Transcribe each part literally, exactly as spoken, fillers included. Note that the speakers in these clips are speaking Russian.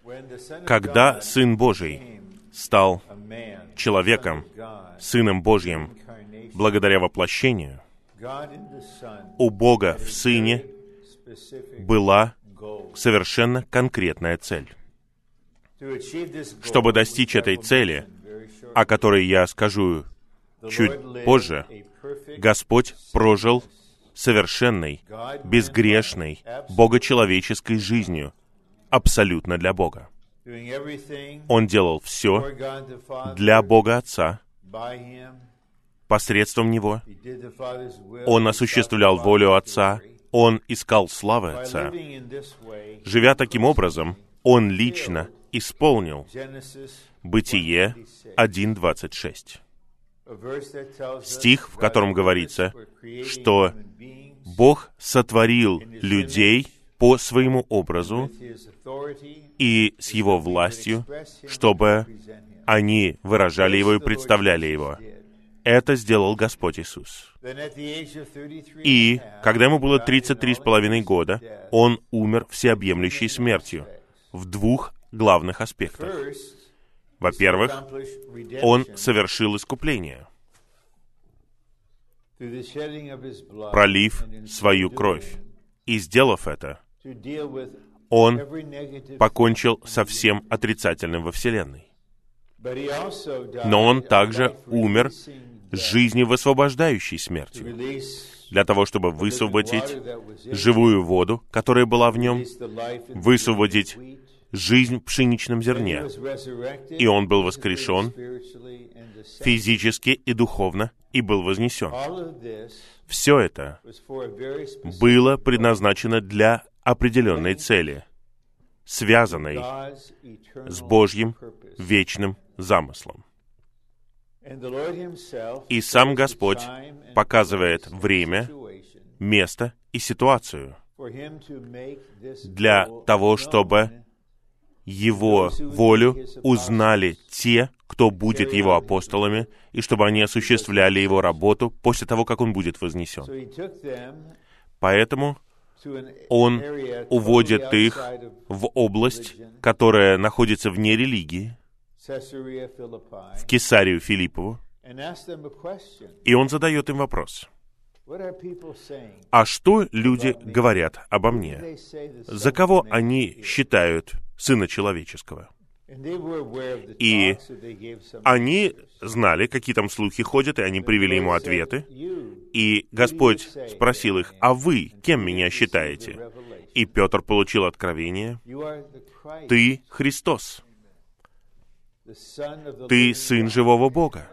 Когда Сын Божий стал человеком, Сыном Божьим, благодаря воплощению, у Бога в Сыне была совершенно конкретная цель. Чтобы достичь этой цели, о которой я скажу чуть позже, Господь прожил совершенной, безгрешной, богочеловеческой жизнью, абсолютно для Бога. Он делал все для Бога Отца, посредством Него. Он осуществлял волю Отца, Он искал славы Отца. Живя таким образом, Он лично исполнил Бытие один двадцать шесть. Стих, в котором говорится, что Бог сотворил людей по своему образу и с Его властью, чтобы они выражали Его и представляли Его. Это сделал Господь Иисус. И, когда Ему было тридцать три с половиной года, Он умер всеобъемлющей смертью в двух главных аспектах. Во-первых, Он совершил искупление, пролив свою кровь. И, сделав это, Он покончил со всем отрицательным во Вселенной. Но Он также умер жизнью высвобождающей смертью, для того, чтобы высвободить живую воду, которая была в Нем, высвободить жизнь в пшеничном зерне. И Он был воскрешен физически и духовно, и был вознесен. Все это было предназначено для определенной цели, связанной с Божьим вечным замыслом. И сам Господь показывает время, место и ситуацию для того, чтобы Его волю узнали те, кто будет Его апостолами, и чтобы они осуществляли Его работу после того, как Он будет вознесен. Поэтому Он уводит их в область, которая находится вне религии, в Кесарию Филиппову, и Он задает им вопрос. А что люди говорят обо мне? За кого они считают Сына Человеческого? И они знали, какие там слухи ходят, и они привели Ему ответы. И Господь спросил их: «А вы кем меня считаете?» И Петр получил откровение: «Ты Христос, Ты Сын живого Бога».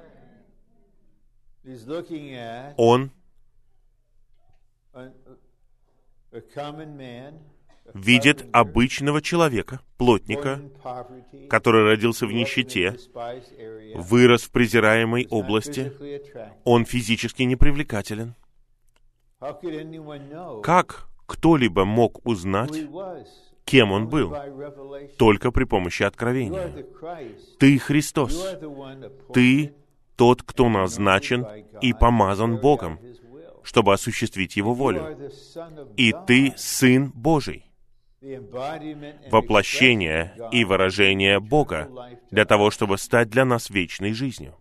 Он видит обычного человека, плотника, который родился в нищете, вырос в презираемой области. Он физически непривлекателен. Как кто-либо мог узнать, кем он был? Только при помощи откровения. Ты Христос. Ты тот, кто назначен и помазан Богом, чтобы осуществить Его волю. И Ты Сын Божий. Воплощение и выражение Бога для того, чтобы стать для нас вечной жизнью.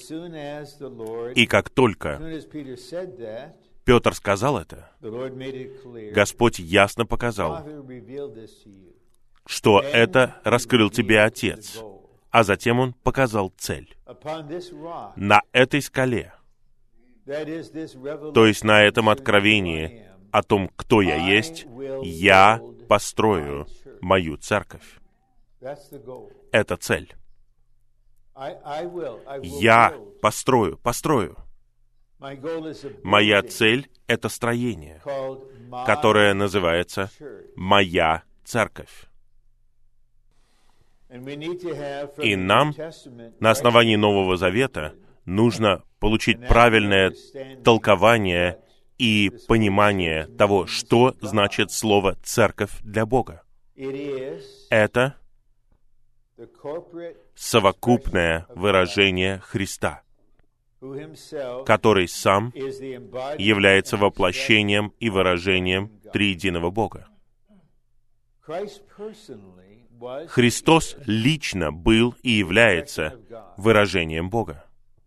И как только Петр сказал это, Господь ясно показал, что это раскрыл тебе Отец, а затем Он показал цель. На этой скале, то есть на этом откровении о том, кто я есть, я построю мою церковь. Это цель. Я построю, построю. Моя цель — это строение, которое называется «Моя церковь». И нам на основании Нового Завета нужно получить правильное толкование и понимание того, что значит слово «церковь» для Бога. Это совокупное выражение Христа, который сам является воплощением и выражением триединого Бога. Христос лично был и является выражением Бога.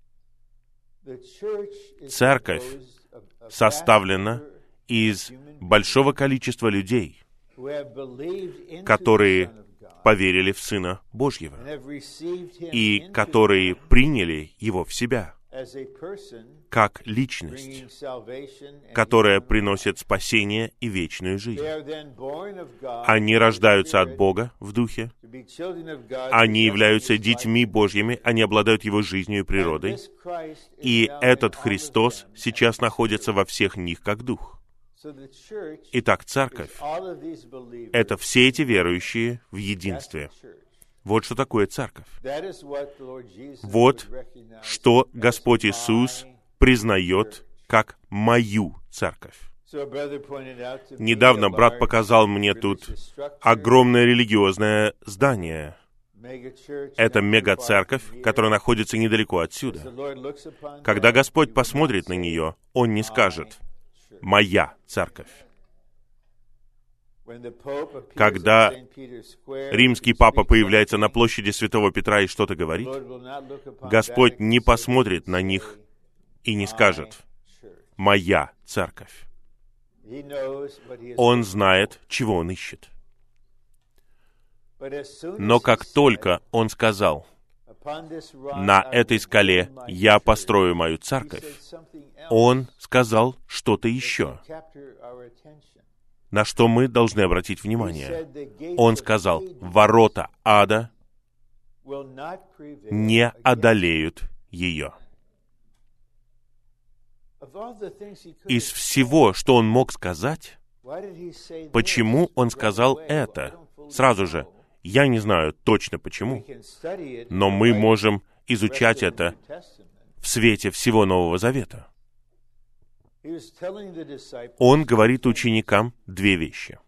Церковь составлена из большого количества людей, которые поверили в Сына Божьего и которые приняли Его в себя как личность, которая приносит спасение и вечную жизнь. Они рождаются от Бога в духе, они являются детьми Божьими, они обладают Его жизнью и природой, и этот Христос сейчас находится во всех них как Дух. Итак, церковь — это все эти верующие в единстве. Вот что такое церковь. Вот что Господь Иисус признает как мою церковь. Недавно брат показал мне тут огромное религиозное здание. Это мега-церковь, которая находится недалеко отсюда. Когда Господь посмотрит на нее, Он не скажет «моя церковь». Когда римский папа появляется на площади Святого Петра и что-то говорит, Господь не посмотрит на них и не скажет «моя церковь». Он знает, чего он ищет. Но как только он сказал «на этой скале я построю мою церковь», он сказал что-то еще, на что мы должны обратить внимание. Он сказал, ворота ада не одолеют ее. Из всего, что он мог сказать, почему он сказал это? Сразу же, я не знаю точно почему, но мы можем изучать это в свете всего Нового Завета. Он говорит ученикам две вещи.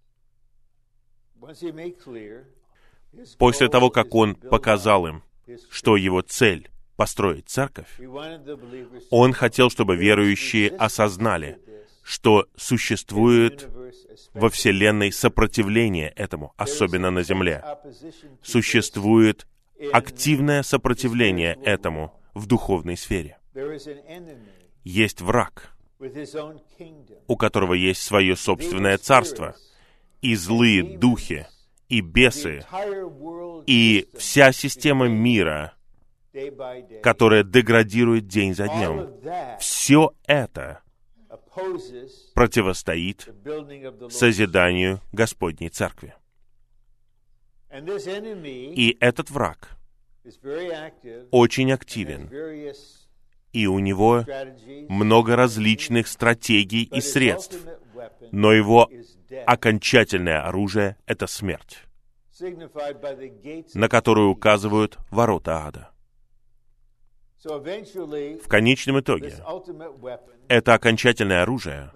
После того, как он показал им, что его цель — построить церковь, он хотел, чтобы верующие осознали, что существует во Вселенной сопротивление этому, особенно на земле. Существует активное сопротивление этому в духовной сфере. Есть враг, у которого есть свое собственное царство, и злые духи, и бесы, и вся система мира, которая деградирует день за днем. Все это противостоит созиданию Господней Церкви. И этот враг очень активен, и у него много различных стратегий и средств, но его окончательное оружие — это смерть, на которую указывают ворота ада. В конечном итоге, это окончательное оружие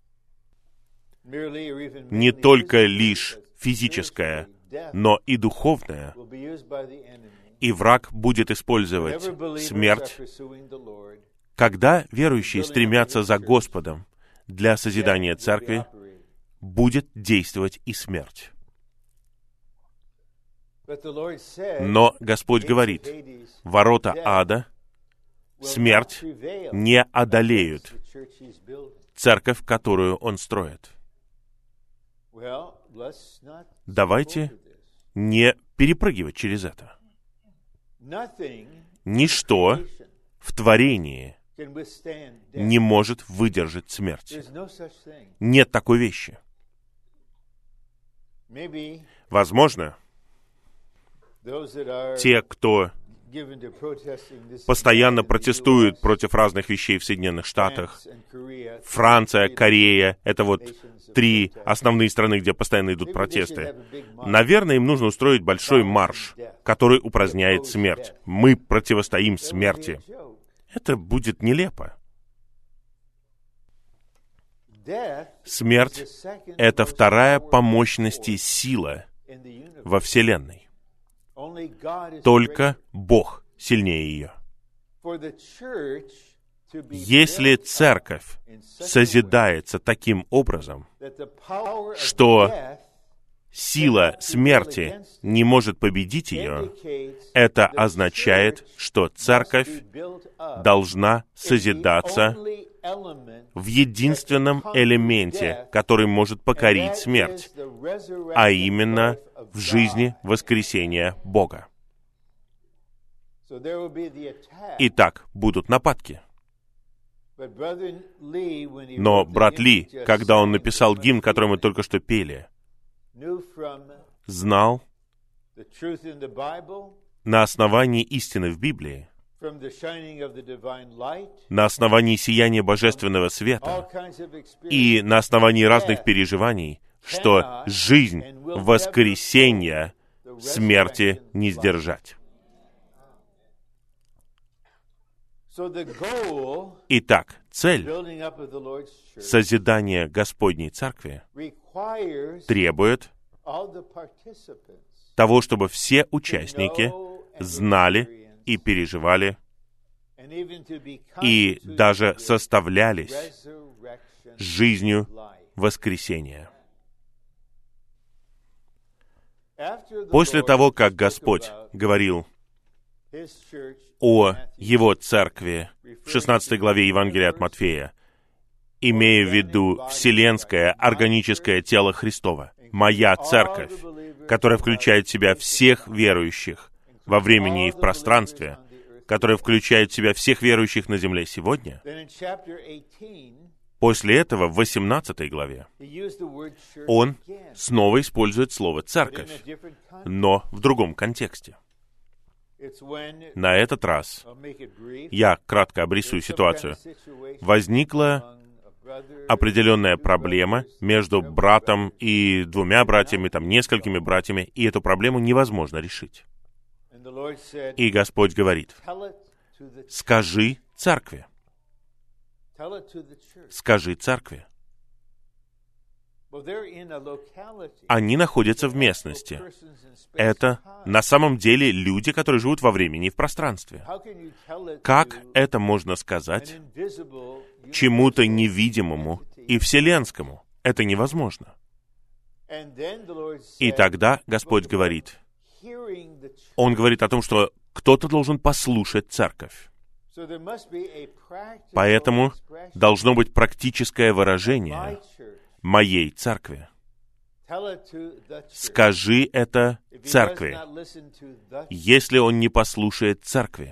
не только лишь физическое, но и духовное, и враг будет использовать смерть. Когда верующие стремятся за Господом для созидания церкви, будет действовать и смерть. Но Господь говорит, ворота ада, смерть не одолеют церковь, которую Он строит. Давайте не перепрыгивать через это. Ничто в творении не может выдержать смерть. Нет такой вещи. Возможно, те, кто постоянно протестуют против разных вещей в Соединенных Штатах, Франция, Корея — это вот три основные страны, где постоянно идут протесты. Наверное, им нужно устроить большой марш, который упраздняет смерть. Мы противостоим смерти. Это будет нелепо. Смерть — это вторая по мощности сила во Вселенной. Только Бог сильнее ее. Если церковь созидается таким образом, что сила смерти не может победить ее, это означает, что церковь должна созидаться в единственном элементе, который может покорить смерть, а именно в жизни воскресения Бога. Итак, будут нападки. Но брат Ли, когда он написал гимн, который мы только что пели, знал на основании истины в Библии, на основании сияния божественного света и на основании разных переживаний, что жизнь воскресения смерти не сдержать. Итак, цель созидания Господней Церкви требует того, чтобы все участники знали и переживали, и даже составлялись жизнью воскресения. После того, как Господь говорил о Его Церкви в шестнадцатой главе Евангелия от Матфея, имея в виду вселенское органическое тело Христова, «Моя Церковь», которая включает в себя всех верующих во времени и в пространстве, которая включает в себя всех верующих на земле сегодня, после этого в восемнадцатой главе он снова использует слово «церковь», но в другом контексте. На этот раз, я кратко обрисую ситуацию, возникла определенная проблема между братом и двумя братьями, там, несколькими братьями, и эту проблему невозможно решить. И Господь говорит: «Скажи церкви». Скажи церкви. Они находятся в местности. Это на самом деле люди, которые живут во времени и в пространстве. Как это можно сказать чему-то невидимому и вселенскому? Это невозможно. И тогда Господь говорит, Он говорит о том, что кто-то должен послушать церковь. Поэтому должно быть практическое выражение «моей церкви». Скажи это церкви, если он не послушает церкви.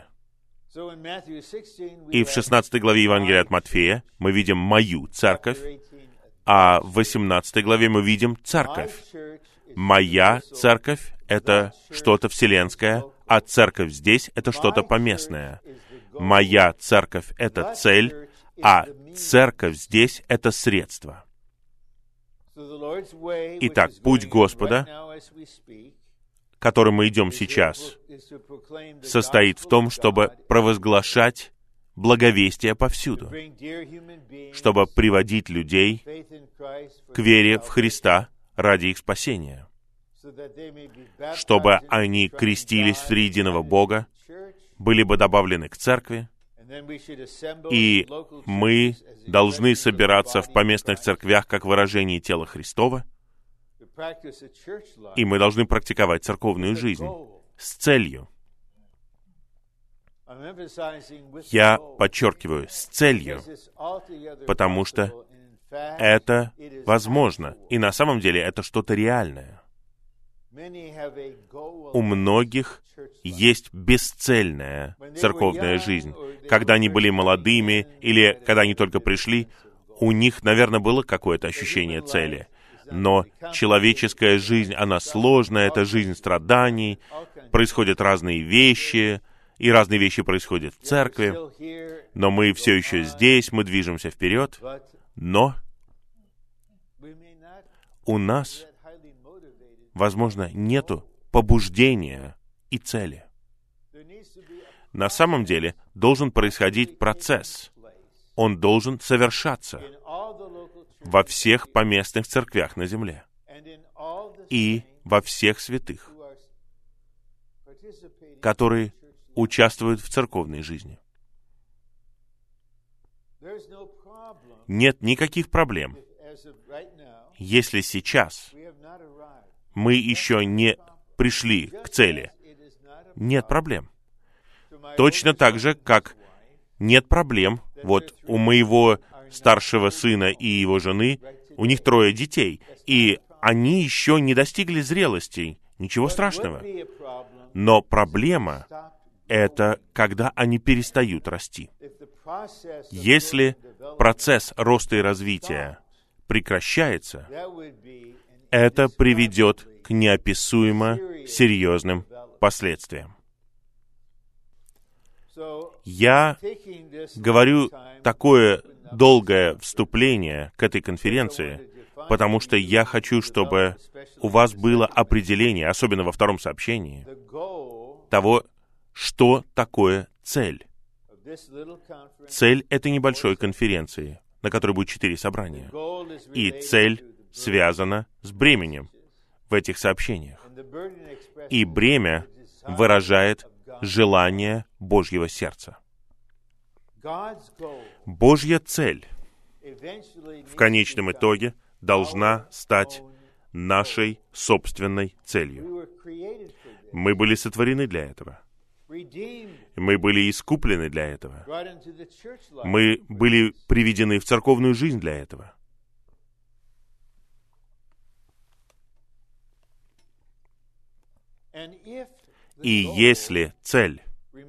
И в шестнадцатой главе Евангелия от Матфея мы видим «мою церковь», а в восемнадцатой главе мы видим «церковь». «Моя церковь» — это что-то вселенское, а церковь здесь — это что-то поместное. «Моя церковь» — это цель, а церковь здесь — это средство. Итак, путь Господа, которым мы идем сейчас, состоит в том, чтобы провозглашать благовестие повсюду, чтобы приводить людей к вере в Христа ради их спасения, чтобы они крестились в триединого Бога, были бы добавлены к церкви, и мы должны собираться в поместных церквях как выражение тела Христова, и мы должны практиковать церковную жизнь с целью. Я подчеркиваю, с целью, потому что это возможно, и на самом деле это что-то реальное. У многих есть бесцельная церковная жизнь. Когда они были молодыми или когда они только пришли, у них, наверное, было какое-то ощущение цели. Но человеческая жизнь, она сложная, это жизнь страданий, происходят разные вещи, и разные вещи происходят в церкви, но мы все еще здесь, мы движемся вперед, но у нас, возможно, нету побуждения и цели. На самом деле должен происходить процесс. Он должен совершаться во всех поместных церквях на земле и во всех святых, которые участвуют в церковной жизни. Нет никаких проблем, если сейчас мы еще не пришли к цели. Нет проблем. Точно так же, как нет проблем. Вот у моего старшего сына и его жены, у них трое детей, и они еще не достигли зрелости. Ничего страшного. Но проблема — это когда они перестают расти. Если процесс роста и развития прекращается, это приведет к неописуемо серьезным последствиям. Я говорю такое долгое вступление к этой конференции, потому что я хочу, чтобы у вас было определение, особенно во втором сообщении, того, что такое цель. Цель этой небольшой конференции, на которой будет четыре собрания. И цель связана с бременем в этих сообщениях. И бремя выражает желание Божьего сердца. Божья цель в конечном итоге должна стать нашей собственной целью. Мы были сотворены для этого. Мы были искуплены для этого. Мы были приведены в церковную жизнь для этого. И если цель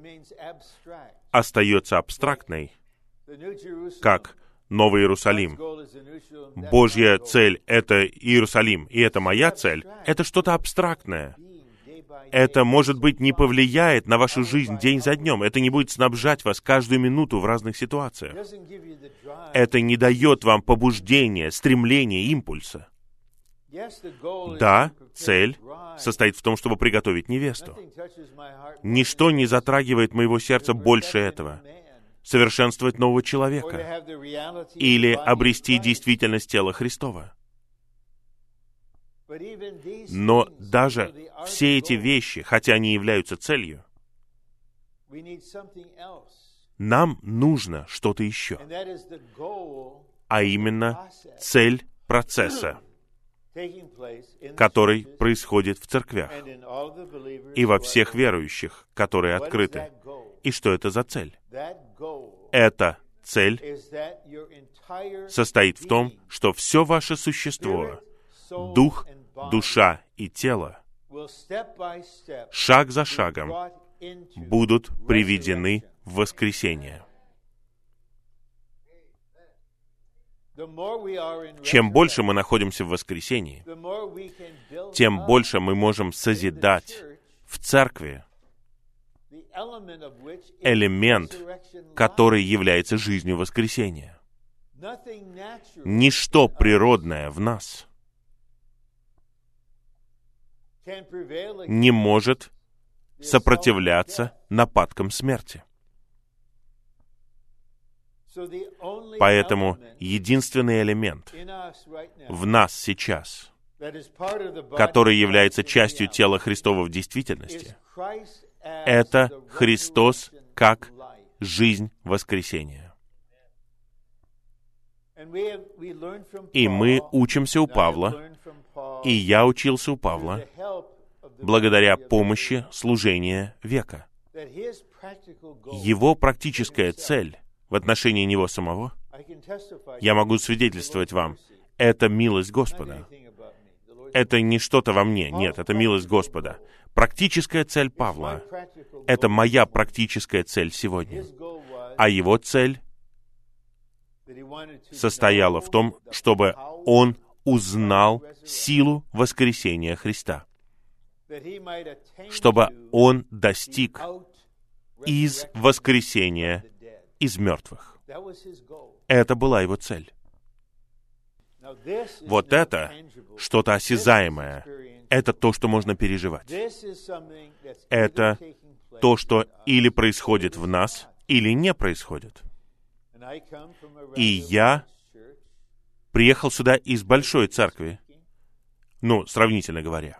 остается абстрактной, как Новый Иерусалим, Божья цель — это Иерусалим, и это моя цель, это что-то абстрактное. Это, может быть, не повлияет на вашу жизнь день за днем. Это не будет снабжать вас каждую минуту в разных ситуациях. Это не дает вам побуждения, стремления, импульса. Да, цель состоит в том, чтобы приготовить невесту. Ничто не затрагивает моего сердца больше этого. Совершенствовать нового человека или обрести действительность тела Христова. Но даже все эти вещи, хотя они являются целью, нам нужно что-то еще, а именно цель процесса, который происходит в церквях и во всех верующих, которые открыты. И что это за цель? Эта цель состоит в том, что все ваше существо, дух, душа и тело, шаг за шагом будут приведены в воскресение. Чем больше мы находимся в воскресении, тем больше мы можем созидать в церкви элемент, который является жизнью воскресения. Ничто природное в нас не может сопротивляться нападкам смерти. Поэтому единственный элемент в нас сейчас, который является частью тела Христова в действительности, это Христос как жизнь воскресения. И мы учимся у Павла, и я учился у Павла, благодаря помощи служения века. Его практическая цель в отношении Него самого, я могу свидетельствовать вам, это милость Господа. Это не что-то во мне, нет, это милость Господа. Практическая цель Павла — это моя практическая цель сегодня. А его цель состояла в том, чтобы он узнал силу воскресения Христа, чтобы он достиг из воскресения из мертвых. Это была его цель. Вот это что-то осязаемое. Это то, что можно переживать. Это то, что или происходит в нас, или не происходит. И я приехал сюда из большой церкви, ну, сравнительно говоря.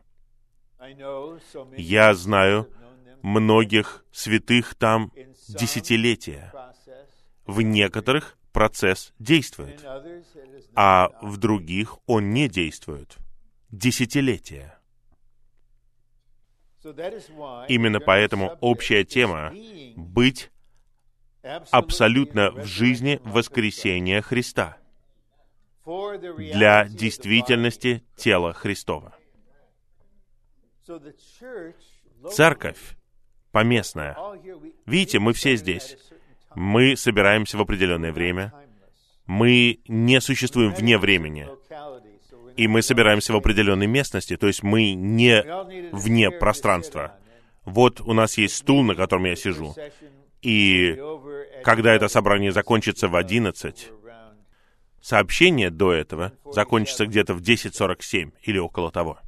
Я знаю многих святых там десятилетия. В некоторых процесс действует, а в других он не действует. Десятилетия. Именно поэтому общая тема — быть абсолютно в жизни воскресения Христа для действительности тела Христова. Церковь поместная. Видите, мы все здесь. Мы собираемся в определенное время. Мы не существуем вне времени. И мы собираемся в определенной местности, то есть мы не вне пространства. Вот у нас есть стул, на котором я сижу. И когда это собрание закончится в одиннадцать, сообщение до этого закончится где-то в десять сорок семь или около того.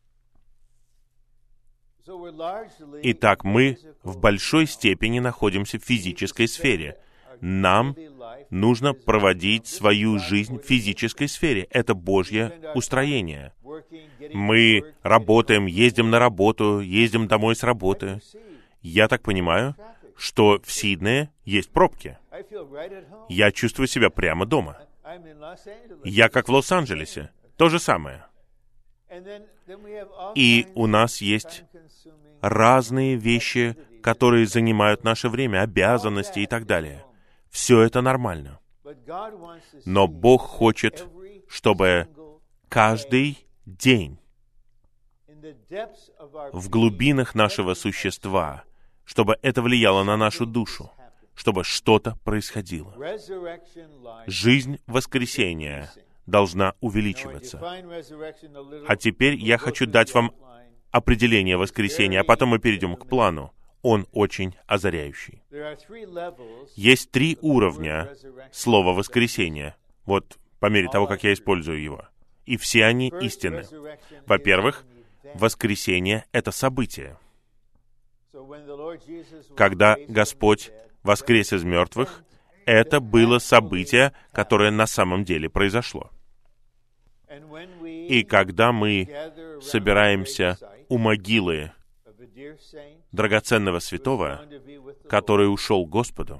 Итак, мы в большой степени находимся в физической сфере. Нам нужно проводить свою жизнь в физической сфере. Это Божье устроение. Мы работаем, ездим на работу, ездим домой с работы. Я так понимаю, что в Сиднее есть пробки. Я чувствую себя прямо дома. Я как в Лос-Анджелесе. То же самое. И у нас есть разные вещи, которые занимают наше время, обязанности и так далее. Все это нормально. Но Бог хочет, чтобы каждый день в глубинах нашего существа, чтобы это влияло на нашу душу, чтобы что-то происходило. Жизнь воскресения должна увеличиваться. А теперь я хочу дать вам определение воскресения, а потом мы перейдем к плану. Он очень озаряющий. Есть три уровня слова «воскресение». Вот по мере того, как я использую его. И все они истинны. Во-первых, воскресение — это событие. Когда Господь воскрес из мертвых, это было событие, которое на самом деле произошло. И когда мы собираемся у могилы драгоценного святого, который ушел к Господу,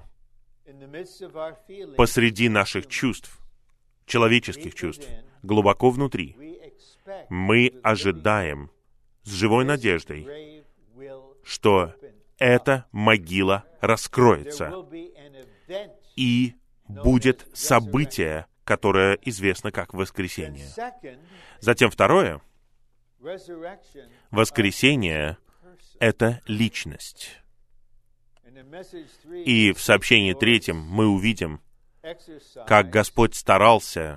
посреди наших чувств, человеческих чувств, глубоко внутри, мы ожидаем с живой надеждой, что эта могила раскроется, и будет событие, которое известно как воскресение. Затем второе. Воскресение — это личность. И в сообщении третьем мы увидим, как Господь старался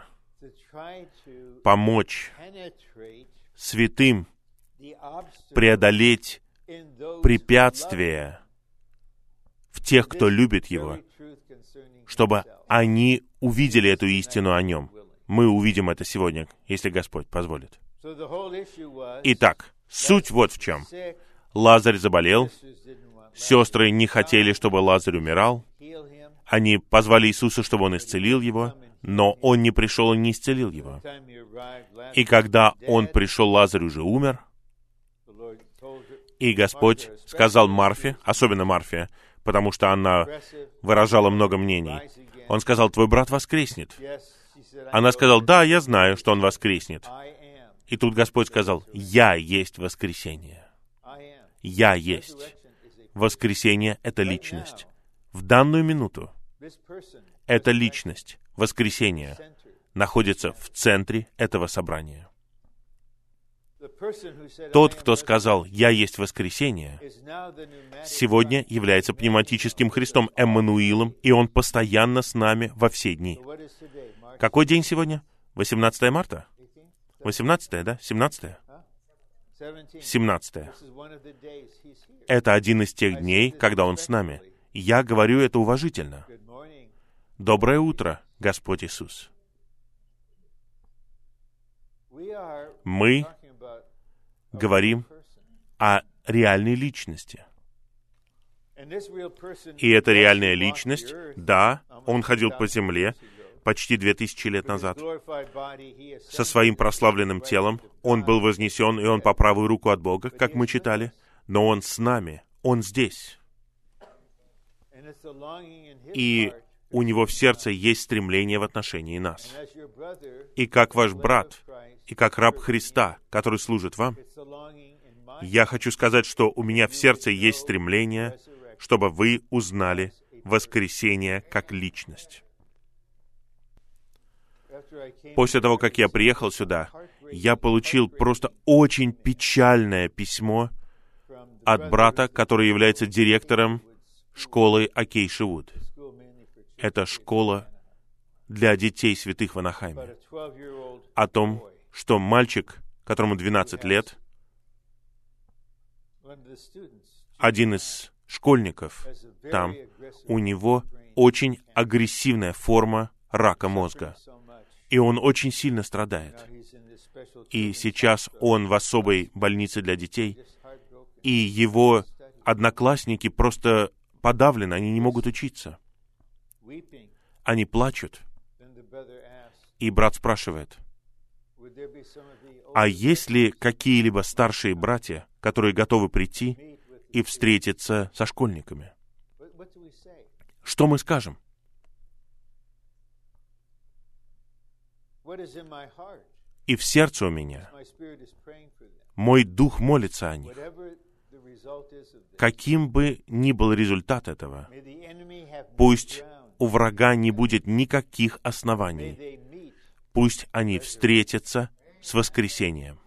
помочь святым преодолеть препятствия в тех, кто любит Его, чтобы они увидели эту истину о Нем. Мы увидим это сегодня, если Господь позволит. Итак, суть вот в чем. Лазарь заболел, сестры не хотели, чтобы Лазарь умирал, они позвали Иисуса, чтобы Он исцелил его, но Он не пришел и не исцелил его. И когда Он пришел, Лазарь уже умер, и Господь сказал Марфе, особенно Марфе, потому что она выражала много мнений, Он сказал: «Твой брат воскреснет». Она сказала: «Да, я знаю, что он воскреснет». И тут Господь сказал: «Я есть воскресение». Я есть. Воскресение — это личность. В данную минуту эта личность, воскресение, находится в центре этого собрания. Тот, кто сказал «Я есть воскресение», сегодня является пневматическим Христом, Эммануилом, и Он постоянно с нами во все дни. Какой день сегодня? восемнадцатое марта? восемнадцатое, да? семнадцатое? семнадцатое. Это один из тех дней, когда Он с нами. Я говорю это уважительно. Доброе утро, Господь Иисус. Мы говорим о реальной личности. И эта реальная личность, да, Он ходил по земле почти две тысячи лет назад. Со своим прославленным телом Он был вознесен, и Он по правую руку от Бога, как мы читали, но Он с нами, Он здесь. И у Него в сердце есть стремление в отношении нас. И как ваш брат, и как раб Христа, который служит вам, Я хочу сказать, что у меня в сердце есть стремление, чтобы вы узнали воскресение как личность. После того, как я приехал сюда, я получил просто очень печальное письмо от брата, который является директором школы Акейши Вуд. Это школа для детей святых в Анахайме. О том, что мальчик, которому двенадцать лет, один из школьников там, у него очень агрессивная форма рака мозга. И он очень сильно страдает. И сейчас он в особой больнице для детей, и его одноклассники просто подавлены, они не могут учиться. Они плачут. И брат спрашивает, а есть ли какие-либо старшие братья, которые готовы прийти и встретиться со школьниками? Что мы скажем? И в сердце у меня мой дух молится о них. Каким бы ни был результат этого, пусть у врага не будет никаких оснований. Пусть они встретятся с воскресением.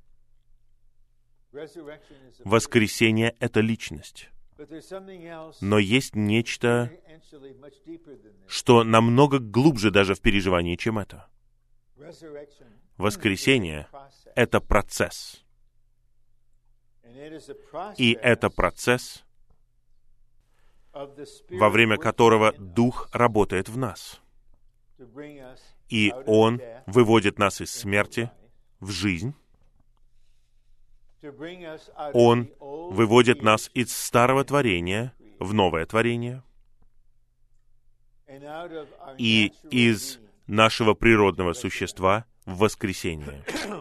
Воскресение — это личность. Но есть нечто, что намного глубже даже в переживании, чем это. Воскресение — это процесс. И это процесс, во время которого Дух работает в нас. И Он выводит нас из смерти в жизнь. Он выводит нас из старого творения в новое творение. И из нашего природного существа в воскресение.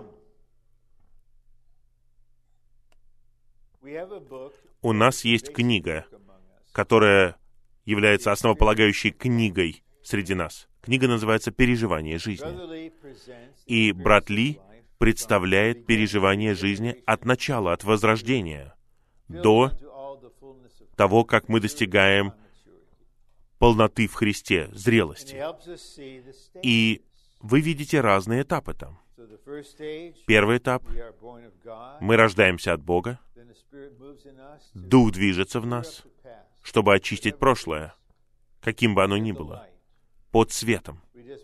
У нас есть книга, которая является основополагающей книгой среди нас. Книга называется «Переживание жизни». И брат Ли представляет переживание жизни от начала, от возрождения, до того, как мы достигаем полноты в Христе, зрелости. И вы видите разные этапы там. Первый этап — мы рождаемся от Бога, Дух движется в нас, чтобы очистить прошлое, каким бы оно ни было, под светом.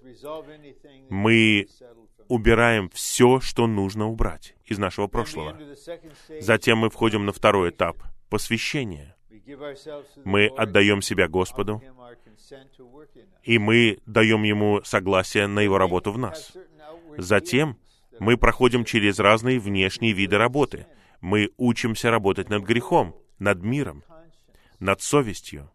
Мы убираем все, что нужно убрать из нашего прошлого. Затем мы входим на второй этап — посвящение. Мы отдаем себя Господу, и мы даем Ему согласие на Его работу в нас. Затем мы проходим через разные внешние виды работы. Мы учимся работать над грехом, над миром, над совестью.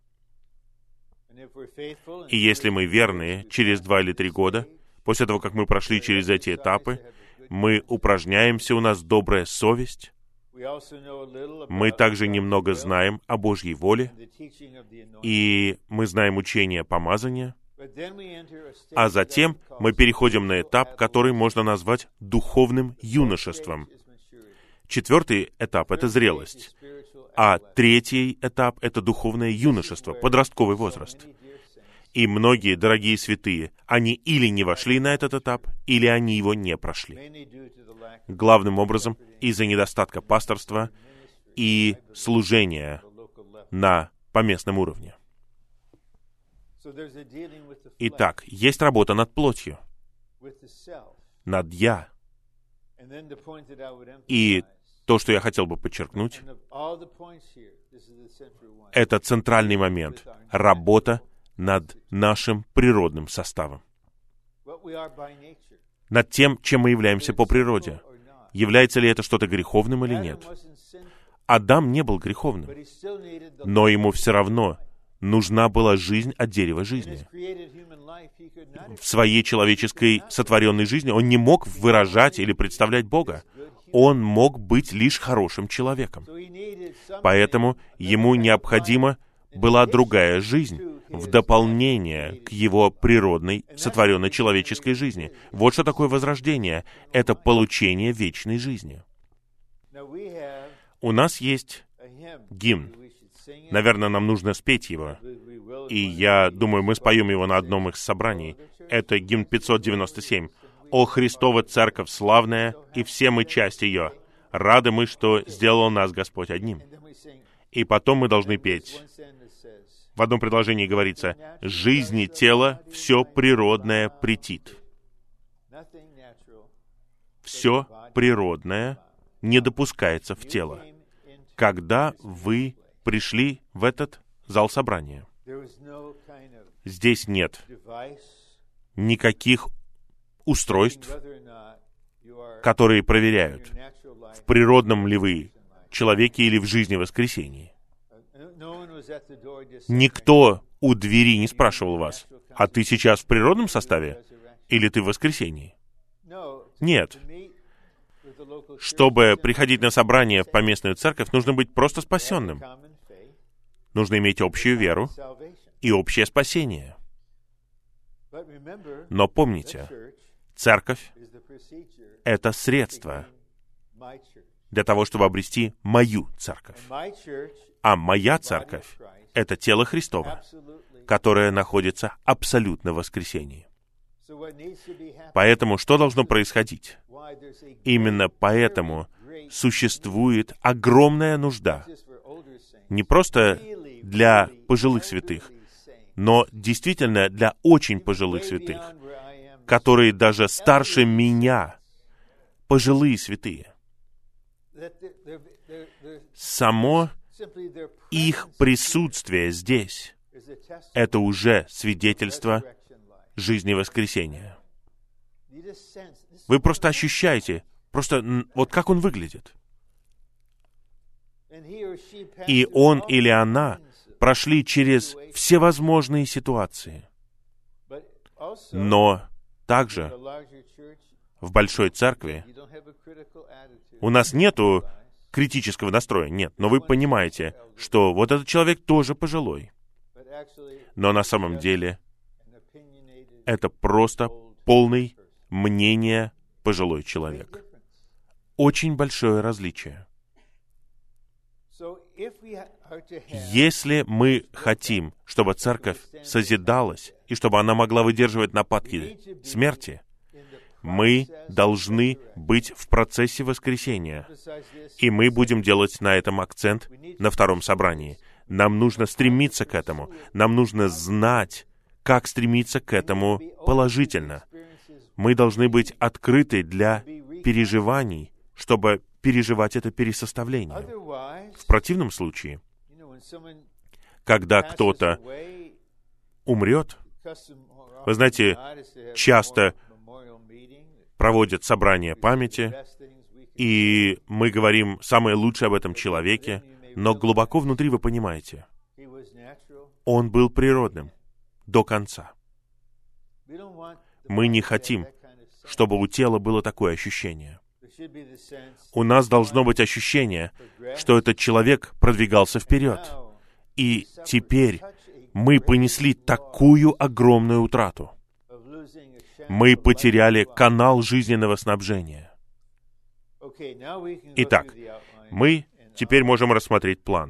И если мы верные, через два или три года, после того, как мы прошли через эти этапы, мы упражняемся, у нас добрая совесть. Мы также немного знаем о Божьей воле, и мы знаем учение помазания. А затем мы переходим на этап, который можно назвать духовным юношеством. Четвертый этап — это зрелость. А третий этап — это духовное юношество, подростковый возраст. И многие дорогие святые, они или не вошли на этот этап, или они его не прошли. Главным образом из-за недостатка пасторства и служения на поместном уровне. Итак, есть работа над плотью, над «я». И то, что я хотел бы подчеркнуть, это центральный момент — работа над нашим природным составом. Над тем, чем мы являемся по природе. Является ли это что-то греховным или нет? Адам не был греховным, но ему все равно нужна была жизнь от дерева жизни. В своей человеческой сотворенной жизни он не мог выражать или представлять Бога. Он мог быть лишь хорошим человеком. Поэтому ему необходима была другая жизнь, в дополнение к его природной, сотворенной человеческой жизни. Вот что такое возрождение. Это получение вечной жизни. У нас есть гимн. Наверное, нам нужно спеть его. И я думаю, мы споем его на одном из собраний. Это гимн пятьсот девяносто семь. «О Христова Церковь славная, и все мы часть ее. Рады мы, что сделал нас Господь одним». И потом мы должны петь. В одном предложении говорится: «Жизни тела все природное претит». Все природное не допускается в тело. Когда вы пришли в этот зал собрания, здесь нет никаких устройств, которые проверяют, в природном ли вы человеке или в жизни воскресении. Никто у двери не спрашивал вас: а ты сейчас в природном составе или ты в воскресении? Нет. Чтобы приходить на собрание в поместную церковь, нужно быть просто спасенным. Нужно иметь общую веру и общее спасение. Но помните, церковь — это средство для того, чтобы обрести мою церковь. А моя церковь — это тело Христово, которое находится абсолютно в воскресении. Поэтому что должно происходить? Именно поэтому существует огромная нужда не просто для пожилых святых, но действительно для очень пожилых святых, которые даже старше меня, пожилые святые. Само их присутствие здесь — это уже свидетельство жизни воскресения. Вы просто ощущаете, просто вот как он выглядит. И он или она прошли через всевозможные ситуации. Но также в большой церкви у нас нету критического настроя, нет, но вы понимаете, что вот этот человек тоже пожилой. Но на самом деле это просто полный мнение пожилой человек. Очень большое различие. Если мы хотим, чтобы церковь созидалась и чтобы она могла выдерживать нападки смерти, мы должны быть в процессе воскресения. И мы будем делать на этом акцент на втором собрании. Нам нужно стремиться к этому. Нам нужно знать, как стремиться к этому положительно. Мы должны быть открыты для переживаний, чтобы переживать это пересоставление. В противном случае, когда кто-то умрет, вы знаете, часто проводят собрания памяти, и мы говорим самое лучшее об этом человеке, но глубоко внутри вы понимаете, он был природным до конца. Мы не хотим, чтобы у тела было такое ощущение. У нас должно быть ощущение, что этот человек продвигался вперед. И теперь мы понесли такую огромную утрату. Мы потеряли канал жизненного снабжения. Итак, мы теперь можем рассмотреть план.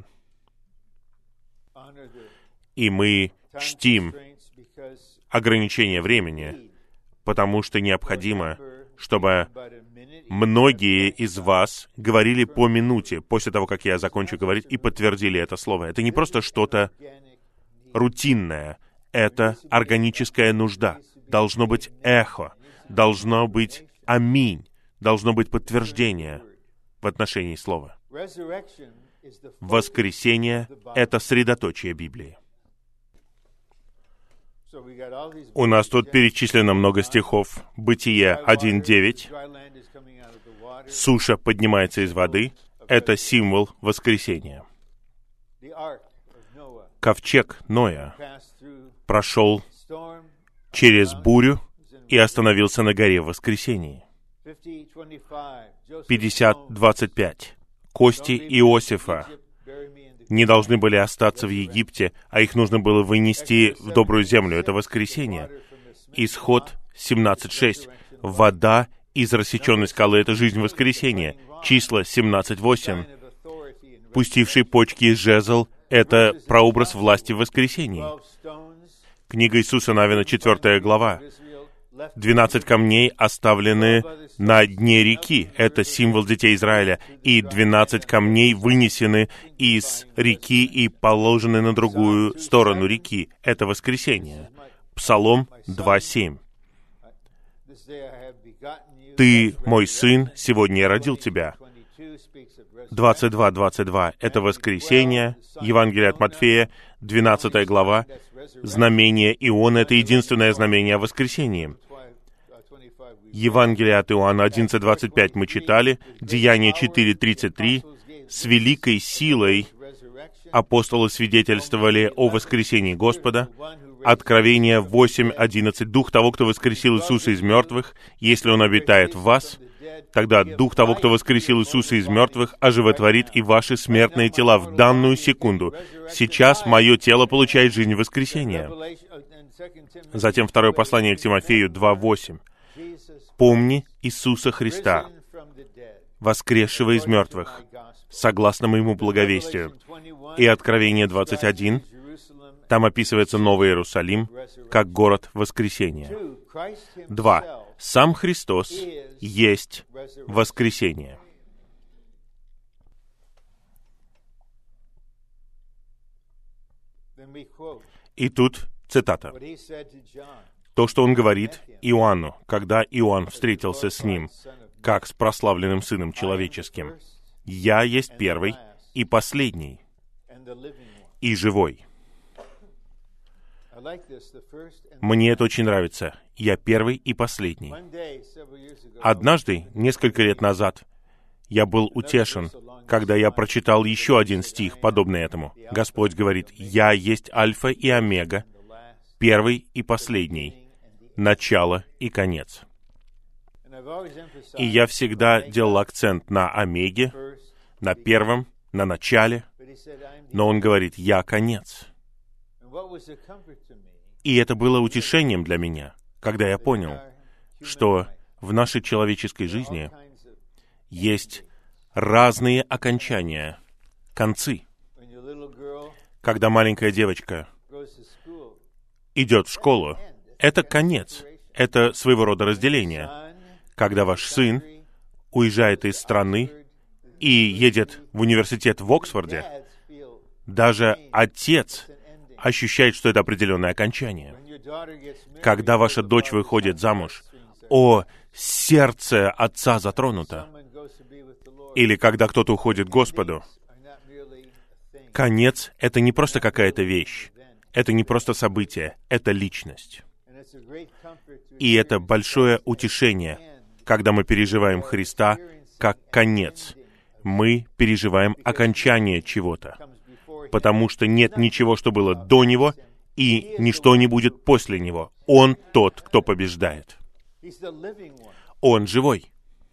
И мы чтим ограничение времени, потому что необходимо, чтобы многие из вас говорили по минуте после того, как я закончу говорить, и подтвердили это слово. Это не просто что-то рутинное, это органическая нужда. Должно быть эхо, должно быть аминь, должно быть подтверждение в отношении слова. Воскресение — это средоточие Библии. У нас тут перечислено много стихов. Бытие один девять. Суша поднимается из воды. Это символ воскресения. Ковчег Ноя прошел через бурю и остановился на горе в воскресении. пятьдесят двадцать пять. Кости Иосифа не должны были остаться в Египте, а их нужно было вынести в добрую землю. Это воскресение. Исход семнадцать шесть. Вода из рассеченной скалы — это жизнь воскресения. Числа семнадцать восемь. пустивший почки из жезл, это прообраз власти в воскресении. Книга Иисуса Навина, четвёртая глава. Двенадцать камней оставлены на дне реки. Это символ детей Израиля. И двенадцать камней вынесены из реки и положены на другую сторону реки. Это воскресенье. Псалом два семь. «Ты, мой сын, сегодня я родил тебя». двадцать два двадцать два. Это воскресенье. Евангелие от Матфея, двенадцатая глава. Знамение Иона — это единственное знамение о воскресении. Евангелие от Иоанна одиннадцать двадцать пять мы читали. Деяние четыре тридцать три. С великой силой апостолы свидетельствовали о воскресении Господа. Откровение восемь одиннадцать. Дух того, кто воскресил Иисуса из мертвых, если Он обитает в вас, тогда Дух того, кто воскресил Иисуса из мертвых, оживотворит и ваши смертные тела в данную секунду. Сейчас мое тело получает жизнь воскресения. Затем второе послание к Тимофею два восемь. «Помни Иисуса Христа, воскресшего из мертвых, согласно моему благовестию». И Откровение двадцать один. Там описывается Новый Иерусалим как город воскресения. Два. Сам Христос есть воскресение. И тут цитата. То, что он говорит Иоанну, когда Иоанн встретился с ним, как с прославленным Сыном Человеческим. «Я есть первый и последний, и живой». Мне это очень нравится. Я первый и последний. Однажды, несколько лет назад, я был утешен, когда я прочитал еще один стих, подобный этому. Господь говорит: «Я есть Альфа и Омега, первый и последний, начало и конец». И я всегда делал акцент на Омеге, на первом, на начале, но Он говорит: «Я конец». И это было утешением для меня, когда я понял, что в нашей человеческой жизни есть разные окончания, концы. Когда маленькая девочка идет в школу, это конец, это своего рода разделение. Когда ваш сын уезжает из страны и едет в университет в Оксфорде, даже отец ощущает, что это определенное окончание. Когда ваша дочь выходит замуж, о, сердце отца затронуто. Или когда кто-то уходит к Господу, конец — это не просто какая-то вещь, это не просто событие, это личность. И это большое утешение, когда мы переживаем Христа как конец. Мы переживаем окончание чего-то, потому что нет ничего, что было до Него, и ничто не будет после Него. Он тот, кто побеждает. Он живой.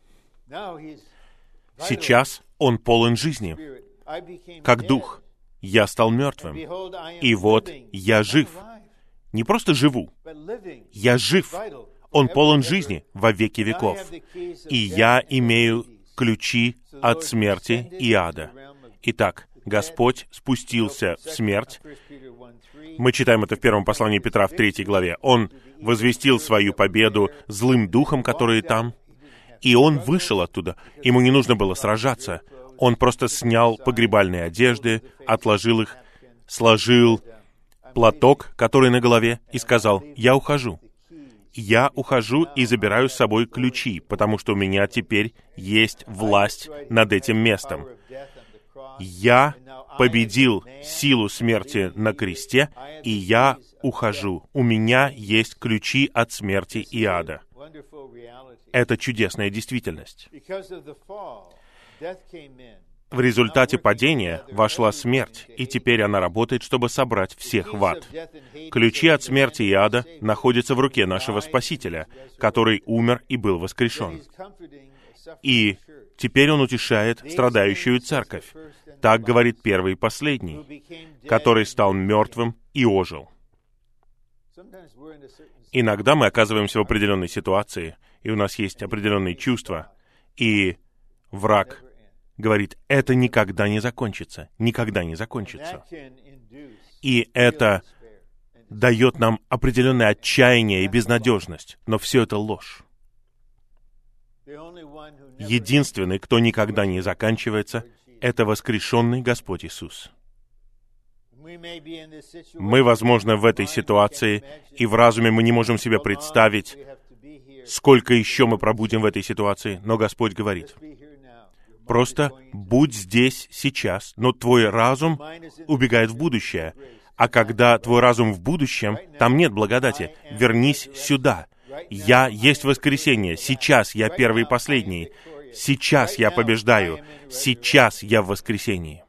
Сейчас Он полон жизни, как дух. Я стал мертвым, и вот я жив. Не просто живу, я жив. Он полон жизни во веки веков. И я имею ключи от смерти и ада. Итак, Господь спустился в смерть. Мы читаем это в первом послании Петра в третьей главе. Он возвестил свою победу злым духом, которые там, и Он вышел оттуда. Ему не нужно было сражаться. Он просто снял погребальные одежды, отложил их, сложил платок, который на голове, и сказал: «Я ухожу. Я ухожу и забираю с собой ключи, потому что у меня теперь есть власть над этим местом. Я победил силу смерти на кресте, и я ухожу. У меня есть ключи от смерти и ада». Это чудесная действительность. В результате падения вошла смерть, и теперь она работает, чтобы собрать всех в ад. Ключи от смерти и ада находятся в руке нашего Спасителя, который умер и был воскрешен. И теперь Он утешает страдающую церковь. Так говорит первый и последний, который стал мертвым и ожил. Иногда мы оказываемся в определенной ситуации, и у нас есть определенные чувства, и враг говорит, это никогда не закончится, никогда не закончится. И это дает нам определенное отчаяние и безнадежность, но все это ложь. Единственный, кто никогда не заканчивается, это воскрешенный Господь Иисус. Мы, возможно, в этой ситуации, и в разуме мы не можем себе представить, сколько еще мы пробудем в этой ситуации, но Господь говорит, просто будь здесь сейчас, но твой разум убегает в будущее. А когда твой разум в будущем, там нет благодати. Вернись сюда. Я есть воскресение. Сейчас я первый и последний. Сейчас я побеждаю. Сейчас я в воскресении.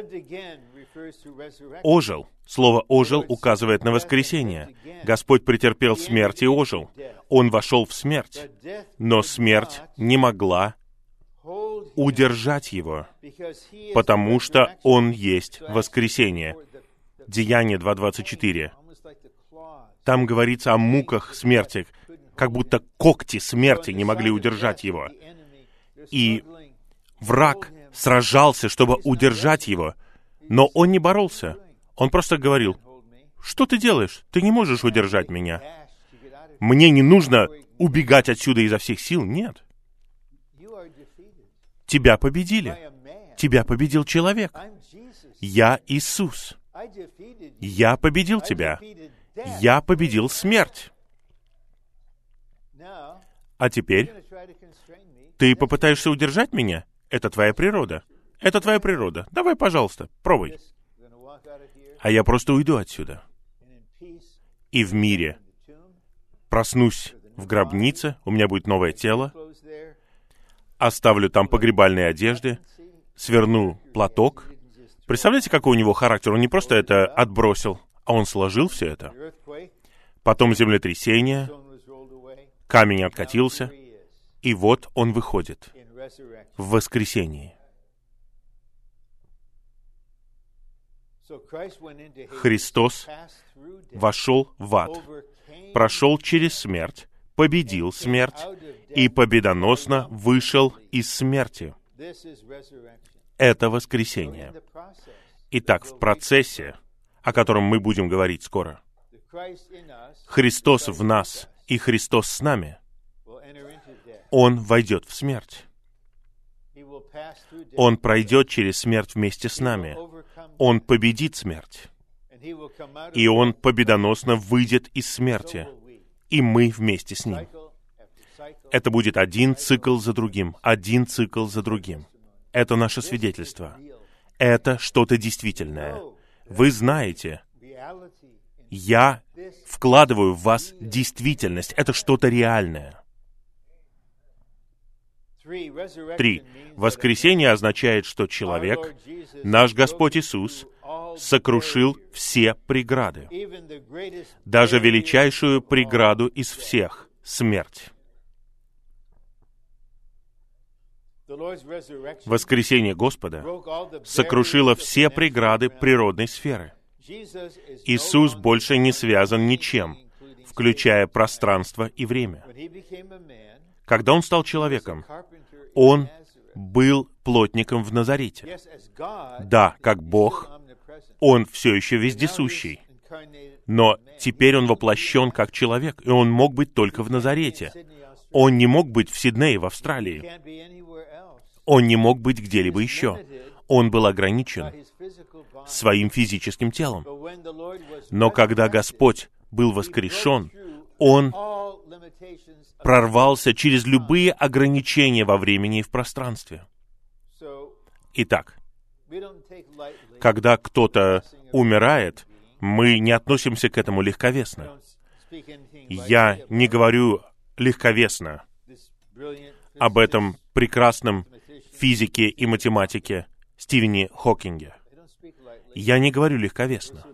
Ожил. Слово «ожил» указывает на воскресение. Господь претерпел смерть и ожил. Он вошел в смерть. Но смерть не могла удержать его, потому что Он есть воскресение. Деяние два двадцать четыре. Там говорится о муках смерти, как будто когти смерти не могли удержать его. И враг сражался, чтобы удержать его, но он не боролся. Он просто говорил, что ты делаешь? Ты не можешь удержать меня. Мне не нужно убегать отсюда изо всех сил. Нет. Тебя победили. Тебя победил человек. Я Иисус. Я победил тебя. Я победил смерть. А теперь ты попытаешься удержать меня? Это твоя природа. Это твоя природа. Давай, пожалуйста, пробуй. А я просто уйду отсюда. И в мире проснусь в гробнице, у меня будет новое тело, оставлю там погребальные одежды, сверну платок. Представляете, какой у него характер? Он не просто это отбросил, а он сложил все это. Потом землетрясение, камень откатился, и вот он выходит в воскресении. Христос вошел в ад, прошел через смерть, победил смерть и победоносно вышел из смерти. Это воскресение. Итак, в процессе, о котором мы будем говорить скоро, Христос в нас и Христос с нами, Он войдет в смерть. Он пройдет через смерть вместе с нами. Он победит смерть. И Он победоносно выйдет из смерти. И мы вместе с Ним. Это будет один цикл за другим, один цикл за другим. Это наше свидетельство. Это что-то действительное. Вы знаете, я вкладываю в вас действительность. Это что-то реальное. Три. Воскресение означает, что человек, наш Господь Иисус, сокрушил все преграды. Даже величайшую преграду из всех — смерть. Воскресение Господа сокрушило все преграды природной сферы. Иисус больше не связан ничем, включая пространство и время. Когда Он стал человеком, Он был плотником в Назарете. Да, как Бог, Он все еще вездесущий. Но теперь Он воплощен как человек, и Он мог быть только в Назарете. Он не мог быть в Сиднее, в Австралии. Он не мог быть где-либо еще. Он был ограничен своим физическим телом. Но когда Господь был воскрешен, Он прорвался через любые ограничения во времени и в пространстве. Итак, когда кто-то умирает, мы не относимся к этому легковесно. Я не говорю легковесно об этом прекрасном физике и математике Стивене Хокинге. Я не говорю легковесно.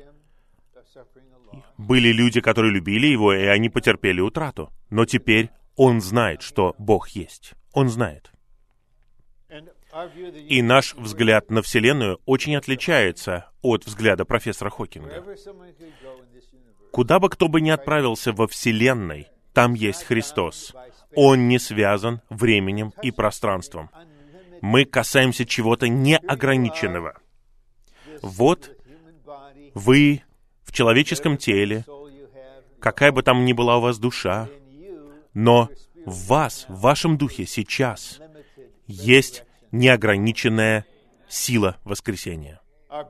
Были люди, которые любили его, и они потерпели утрату. Но теперь он знает, что Бог есть. Он знает. И наш взгляд на Вселенную очень отличается от взгляда профессора Хокинга. Куда бы кто бы ни отправился во Вселенной, там есть Христос. Он не связан временем и пространством. Мы касаемся чего-то неограниченного. Вот вы в человеческом теле, какая бы там ни была у вас душа, но в вас, в вашем духе сейчас есть неограниченная сила воскресения.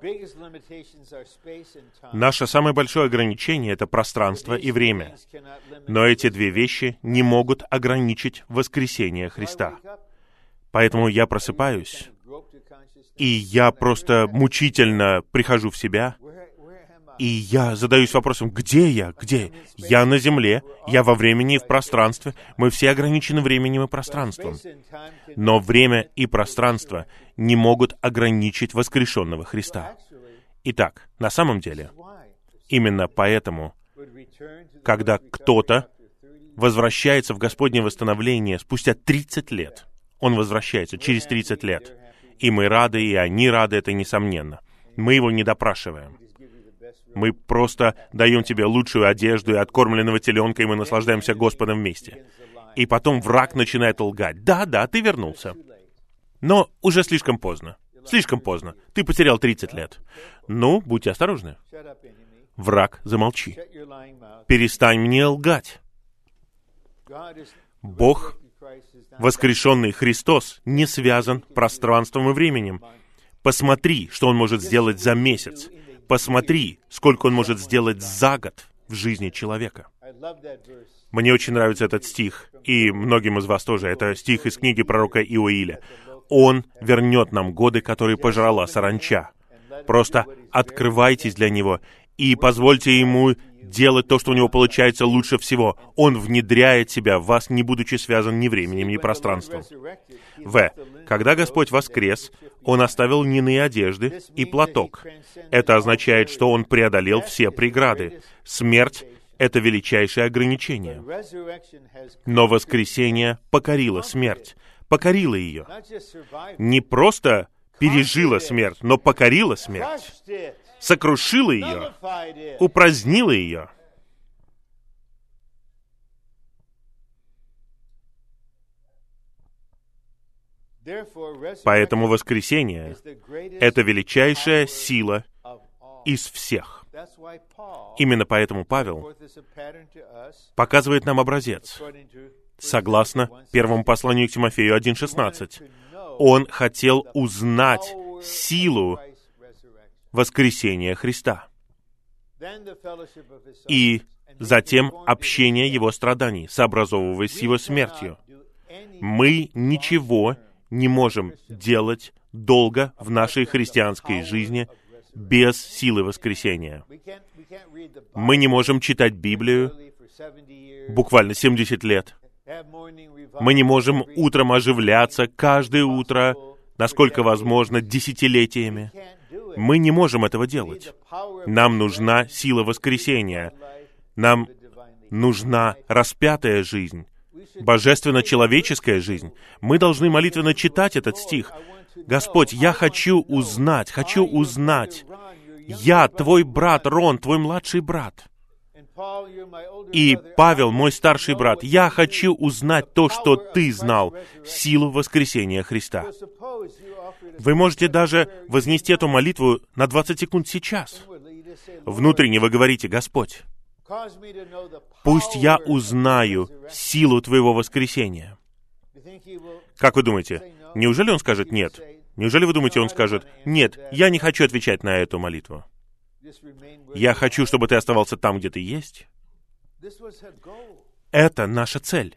Наше самое большое ограничение — это пространство и время. Но эти две вещи не могут ограничить воскресение Христа. Поэтому я просыпаюсь, и я просто мучительно прихожу в себя, и я задаюсь вопросом, где я, где? Я на земле, я во времени и в пространстве, мы все ограничены временем и пространством. Но время и пространство не могут ограничить воскрешенного Христа. Итак, на самом деле, именно поэтому, когда кто-то возвращается в Господнее восстановление спустя тридцать лет, он возвращается через тридцать лет, и мы рады, и они рады, это несомненно. Мы его не допрашиваем. Мы просто даем тебе лучшую одежду и откормленного теленка, и мы наслаждаемся Господом вместе. И потом враг начинает лгать. Да, да, ты вернулся. Но уже слишком поздно. Слишком поздно. Ты потерял тридцать лет. Ну, будьте осторожны. Враг, замолчи. Перестань мне лгать. Бог, воскрешенный Христос, не связан пространством и временем. Посмотри, что Он может сделать за месяц. Посмотри, сколько Он может сделать за год в жизни человека. Мне очень нравится этот стих, и многим из вас тоже. Это стих из книги пророка Иоиля. Он вернет нам годы, которые пожрала саранча. Просто открывайтесь для Него и позвольте Ему делать то, что у Него получается лучше всего. Он внедряет себя в вас, не будучи связан ни временем, ни пространством. В. Когда Господь воскрес, Он оставил льняные одежды и платок. Это означает, что Он преодолел все преграды. Смерть — это величайшее ограничение. Но воскресение покорило смерть. Покорило ее. Не просто пережила смерть, но покорила смерть. Сокрушила ее. Упразднила ее. Поэтому воскресение — это величайшая сила из всех. Именно поэтому Павел показывает нам образец. Согласно первому посланию к Тимофею один шестнадцать, он хотел узнать силу воскресения Христа и затем общение Его страданий, сообразовываясь с Его смертью. Мы ничего не можем делать долго в нашей христианской жизни без силы воскресения. Мы не можем читать Библию буквально семьдесят лет. Мы не можем утром оживляться каждое утро, насколько возможно, десятилетиями. Мы не можем этого делать. Нам нужна сила воскресения. Нам нужна распятая жизнь, божественно-человеческая жизнь. Мы должны молитвенно читать этот стих. Господь, я хочу узнать, хочу узнать. Я, твой брат Рон, твой младший брат. И Павел, мой старший брат, я хочу узнать то, что ты знал, силу воскресения Христа. Вы можете даже вознести эту молитву на двадцать секунд сейчас. Внутренне вы говорите: Господь, пусть я узнаю силу Твоего воскресения. Как вы думаете, неужели Он скажет «нет»? Неужели вы думаете, Он скажет «нет, я не хочу отвечать на эту молитву»? Я хочу, чтобы ты оставался там, где ты есть. Это наша цель.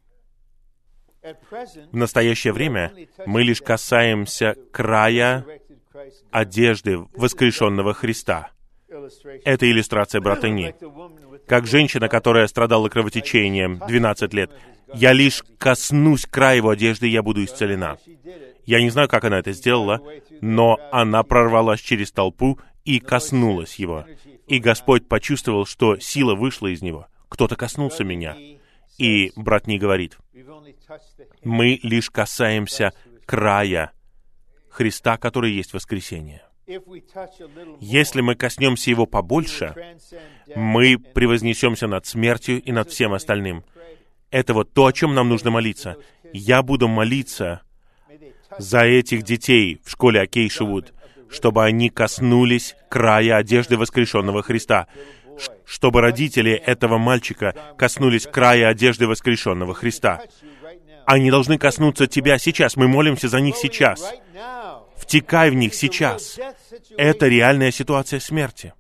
В настоящее время мы лишь касаемся края одежды воскрешенного Христа. Это иллюстрация брата Ни. Как женщина, которая страдала кровотечением двенадцать лет, я лишь коснусь края его одежды, и я буду исцелена. Я не знаю, как она это сделала, но она прорвалась через толпу и коснулась его. И Господь почувствовал, что сила вышла из него. Кто-то коснулся меня. И брат Ни говорит: мы лишь касаемся края Христа, который есть воскресение. Если мы коснемся Его побольше, мы превознесемся над смертью и над всем остальным. Это вот то, о чем нам нужно молиться. Я буду молиться, за этих детей в школе Акейшевуд, чтобы они коснулись края одежды воскрешенного Христа, Ш- чтобы родители этого мальчика коснулись края одежды воскрешенного Христа. Они должны коснуться тебя сейчас. Мы молимся за них сейчас. Втекай в них сейчас. Это реальная ситуация смерти.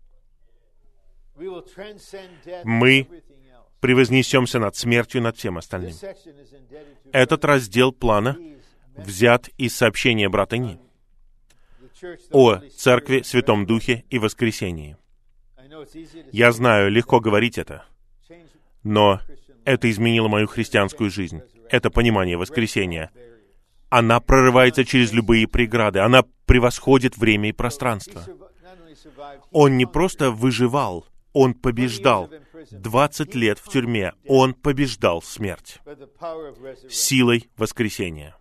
Мы превознесемся над смертью, над всем остальным. Этот раздел плана взят из сообщения брата Ни о Церкви, Святом Духе и воскресении. Я знаю, легко говорить это, но это изменило мою христианскую жизнь. Это понимание воскресения. Она прорывается через любые преграды. Она превосходит время и пространство. Он не просто выживал, он побеждал. двадцать лет в тюрьме он побеждал смерть силой воскресения.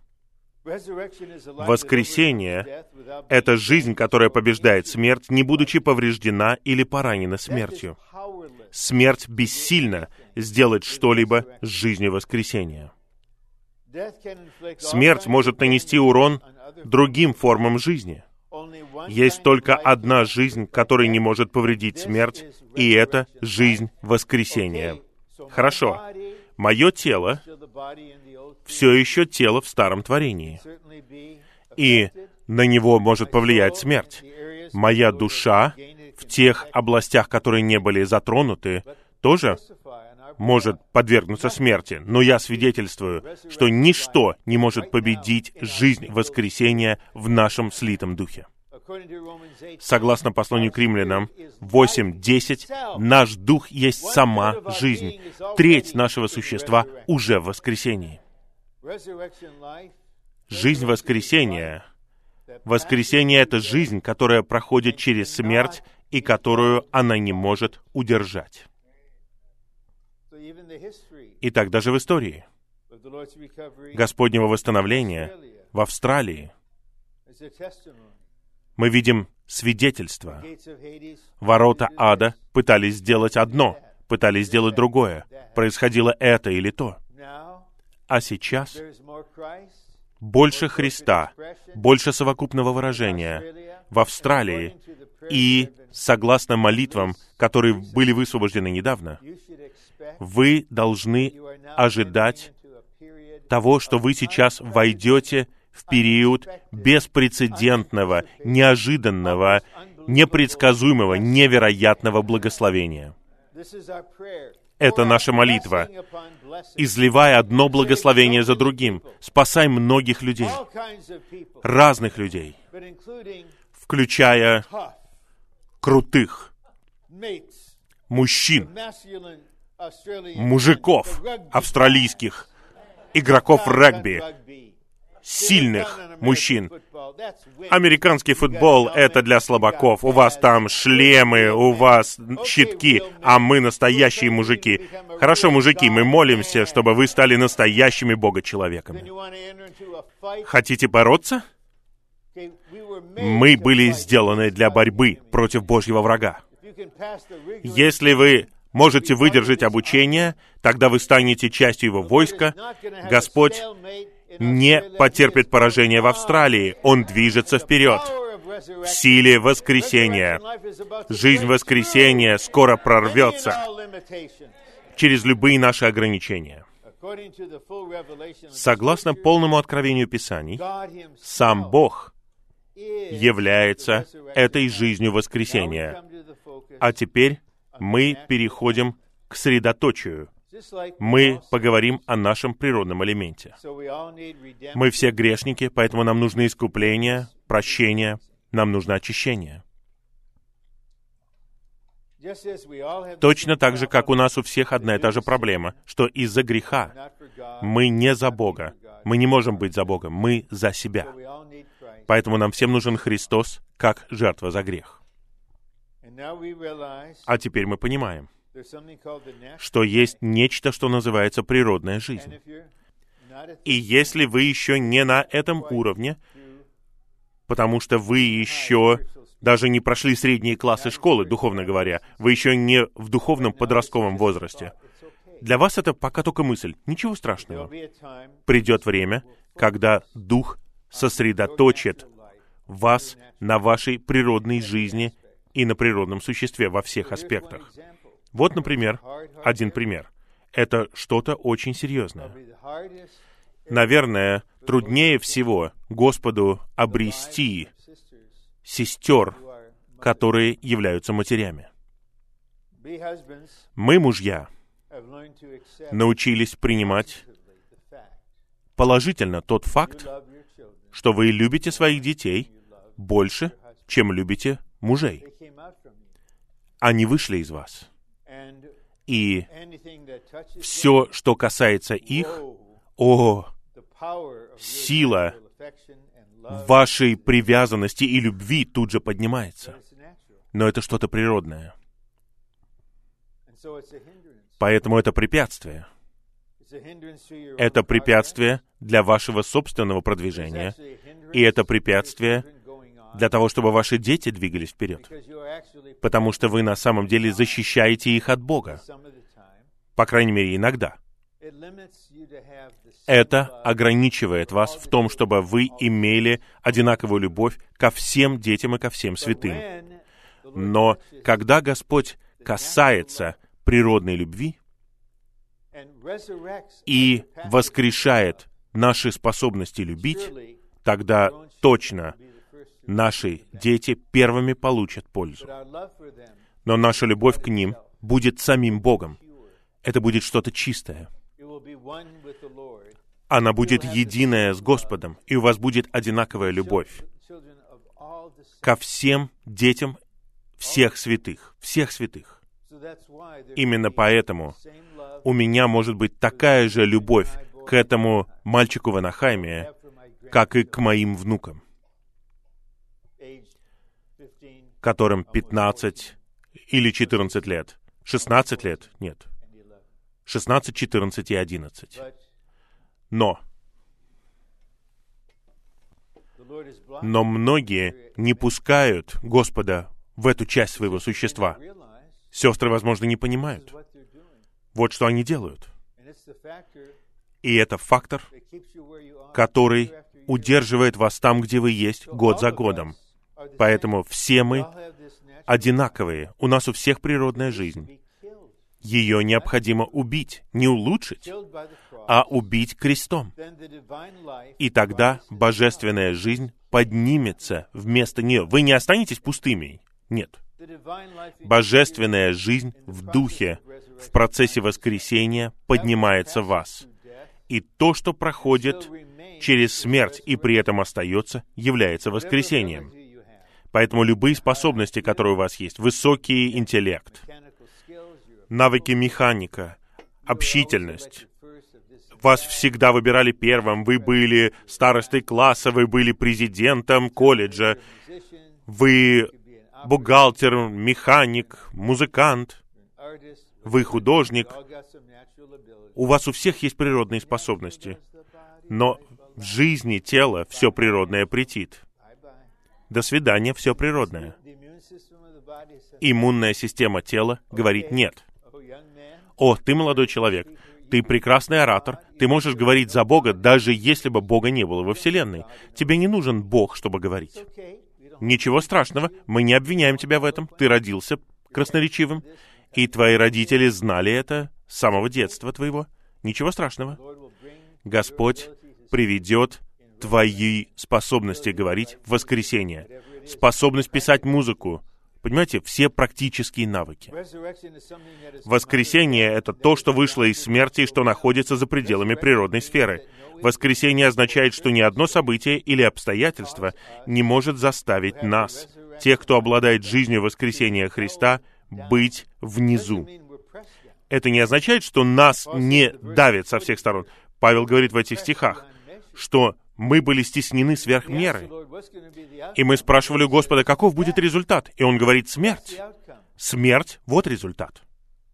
Воскресение — это жизнь, которая побеждает смерть, не будучи повреждена или поранена смертью. Смерть бессильна сделать что-либо с жизнью воскресения. Смерть может нанести урон другим формам жизни. Есть только одна жизнь, которая не может повредить смерть, и это жизнь воскресения. Хорошо. Мое тело все еще тело в старом творении, и на него может повлиять смерть. Моя душа в тех областях, которые не были затронуты, тоже может подвергнуться смерти. Но я свидетельствую, что ничто не может победить жизнь воскресения в нашем слитом духе. Согласно посланию к римлянам восемь десять, наш дух есть сама жизнь. Треть нашего существа уже в воскресении. Жизнь воскресения. Воскресение — это жизнь, которая проходит через смерть и которую она не может удержать. Итак, даже в истории Господнего восстановления в Австралии мы видим свидетельство. Ворота ада пытались сделать одно, пытались сделать другое. Происходило это или то. А сейчас больше Христа, больше совокупного выражения в Австралии, и, согласно молитвам, которые были высвобождены недавно, вы должны ожидать того, что вы сейчас войдете в период беспрецедентного, неожиданного, непредсказуемого, невероятного благословения. Это наша молитва. Изливай одно благословение за другим. Спасай многих людей. Разных людей. Включая крутых мужчин, мужиков австралийских, игроков регби, сильных мужчин. Американский футбол — это для слабаков. У вас там шлемы, у вас щитки, а мы настоящие мужики. Хорошо, мужики, мы молимся, чтобы вы стали настоящими богочеловеками. Хотите бороться? Мы были сделаны для борьбы против Божьего врага. Если вы можете выдержать обучение, тогда вы станете частью его войска. Господь не потерпит поражения в Австралии. Он движется вперед в силе воскресения. Жизнь воскресения скоро прорвется через любые наши ограничения. Согласно полному откровению Писаний, сам Бог является этой жизнью воскресения. А теперь мы переходим к средоточию. Мы поговорим о нашем природном элементе. Мы все грешники, поэтому нам нужно искупление, прощение, нам нужно очищение. Точно так же, как у нас у всех одна и та же проблема, что из-за греха мы не за Бога. Мы не можем быть за Богом, мы за себя. Поэтому нам всем нужен Христос как жертва за грех. А теперь мы понимаем, что есть нечто, что называется природная жизнь. И если вы еще не на этом уровне, потому что вы еще даже не прошли средние классы школы, духовно говоря, вы еще не в духовном подростковом возрасте, для вас это пока только мысль. Ничего страшного. Придет время, когда Дух сосредоточит вас на вашей природной жизни и на природном существе во всех аспектах. Вот, например, один пример. Это что-то очень серьезное. Наверное, труднее всего Господу обрести сестер, которые являются матерями. Мы, мужья, научились принимать положительно тот факт, что вы любите своих детей больше, чем любите мужей. Они вышли из вас. И все, что касается их, о, сила вашей привязанности и любви тут же поднимается. Но это что-то природное. Поэтому это препятствие. Это препятствие для вашего собственного продвижения, и это препятствие для того, чтобы ваши дети двигались вперед. Потому что вы на самом деле защищаете их от Бога. По крайней мере, иногда. Это ограничивает вас в том, чтобы вы имели одинаковую любовь ко всем детям и ко всем святым. Но когда Господь касается природной любви и воскрешает наши способности любить, тогда точно наши дети первыми получат пользу. Но наша любовь к ним будет самим Богом. Это будет что-то чистое. Она будет единая с Господом, и у вас будет одинаковая любовь ко всем детям всех святых, всех святых. Именно поэтому у меня может быть такая же любовь к этому мальчику в Анахайме, как и к моим внукам, которым пятнадцать или четырнадцать лет. шестнадцать лет? Нет. шестнадцать, четырнадцать и одиннадцать. Но, но многие не пускают Господа в эту часть своего существа. Сестры, возможно, не понимают. Вот что они делают. И это фактор, который удерживает вас там, где вы есть, год за годом. Поэтому все мы одинаковые. У нас у всех природная жизнь. Ее необходимо убить, не улучшить, а убить крестом. И тогда божественная жизнь поднимется вместо нее. Вы не останетесь пустыми. Нет. Божественная жизнь в духе, в процессе воскресения поднимается в вас. И то, что проходит через смерть и при этом остается, является воскресением. Поэтому любые способности, которые у вас есть, высокий интеллект, навыки механика, общительность, вас всегда выбирали первым, вы были старостой класса, вы были президентом колледжа, вы бухгалтер, механик, музыкант, вы художник. У вас у всех есть природные способности, но в жизни тела все природное претит. До свидания, все природное. Иммунная система тела говорит «нет». О, ты молодой человек, ты прекрасный оратор, ты можешь говорить за Бога, даже если бы Бога не было во Вселенной. Тебе не нужен Бог, чтобы говорить. Ничего страшного, мы не обвиняем тебя в этом, ты родился красноречивым, и твои родители знали это с самого детства твоего. Ничего страшного. Господь приведет твои способности говорить в воскресенье, способность писать музыку. Понимаете, все практические навыки. Воскресение — это то, что вышло из смерти и что находится за пределами природной сферы. Воскресение означает, что ни одно событие или обстоятельство не может заставить нас, тех, кто обладает жизнью воскресения Христа, быть внизу. Это не означает, что нас не давит со всех сторон. Павел говорит в этих стихах, что мы были стеснены сверх меры. И мы спрашивали у Господа, каков будет результат? И Он говорит, смерть. Смерть — вот результат.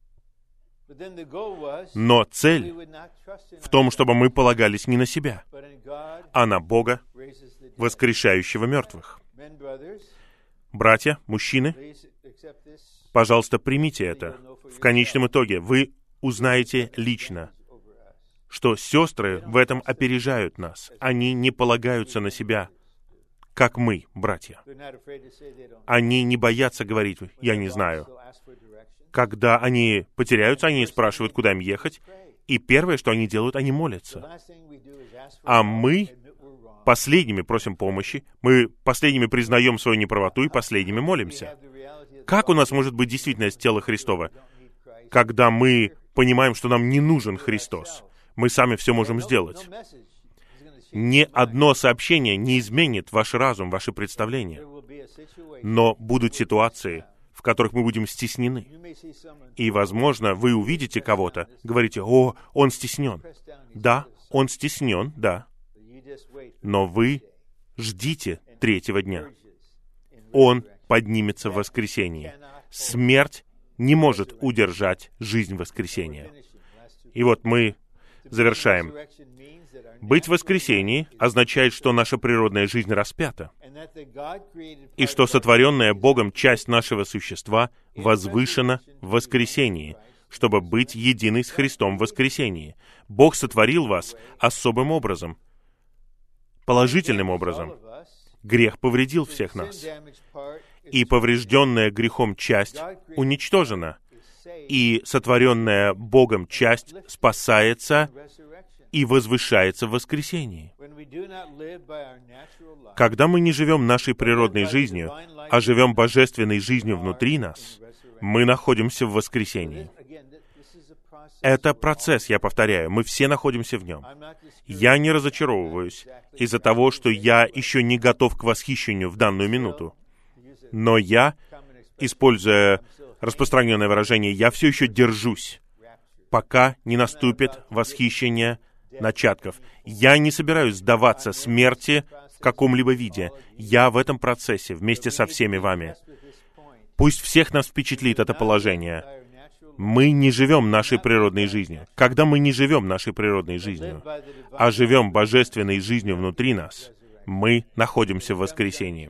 Но цель в том, чтобы мы полагались не на себя, а на Бога, воскрешающего мертвых. Братья, мужчины, пожалуйста, примите это. В конечном итоге вы узнаете лично, что сестры в этом опережают нас. Они не полагаются на себя, как мы, братья. Они не боятся говорить «я не знаю». Когда они потеряются, они спрашивают, куда им ехать, и первое, что они делают, они молятся. А мы последними просим помощи, мы последними признаем свою неправоту и последними молимся. Как у нас может быть действительность тела Христова, когда мы понимаем, что нам не нужен Христос? Мы сами все можем сделать. Ни одно сообщение не изменит ваш разум, ваше представление. Но будут ситуации, в которых мы будем стеснены. И, возможно, вы увидите кого-то, говорите: «О, он стеснен». Да, он стеснен, да. Но вы ждите третьего дня. Он поднимется в воскресенье. Смерть не может удержать жизнь воскресения. И вот мы завершаем. Быть в воскресении означает, что наша природная жизнь распята, и что сотворенная Богом часть нашего существа возвышена в воскресении, чтобы быть единой с Христом в воскресении. Бог сотворил вас особым образом, положительным образом. Грех повредил всех нас, и поврежденная грехом часть уничтожена, и сотворенная Богом часть спасается и возвышается в воскресении. Когда мы не живем нашей природной жизнью, а живем божественной жизнью внутри нас, мы находимся в воскресении. Это процесс, я повторяю, мы все находимся в нем. Я не разочаровываюсь из-за того, что я еще не готов к восхищению в данную минуту. Но я, используя распространенное выражение, я все еще держусь, пока не наступит восхищение начатков. Я не собираюсь сдаваться смерти в каком-либо виде. Я в этом процессе вместе со всеми вами. Пусть всех нас впечатлит это положение. Мы не живем нашей природной жизнью. Когда мы не живем нашей природной жизнью, а живем божественной жизнью внутри нас, мы находимся в воскресении.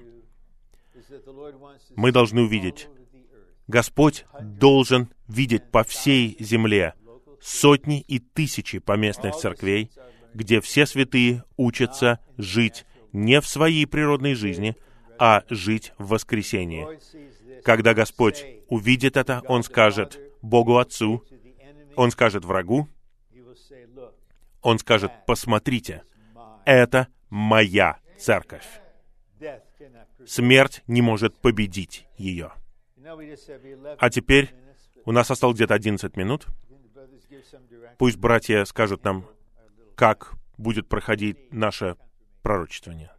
Мы должны увидеть, Господь должен видеть по всей земле сотни и тысячи поместных церквей, где все святые учатся жить не в своей природной жизни, а жить в воскресении. Когда Господь увидит это, Он скажет Богу Отцу, Он скажет врагу, Он скажет: «Посмотрите, это моя церковь. Смерть не может победить ее». А теперь у нас осталось где-то одиннадцать минут. Пусть братья скажут нам, как будет проходить наше пророчествование.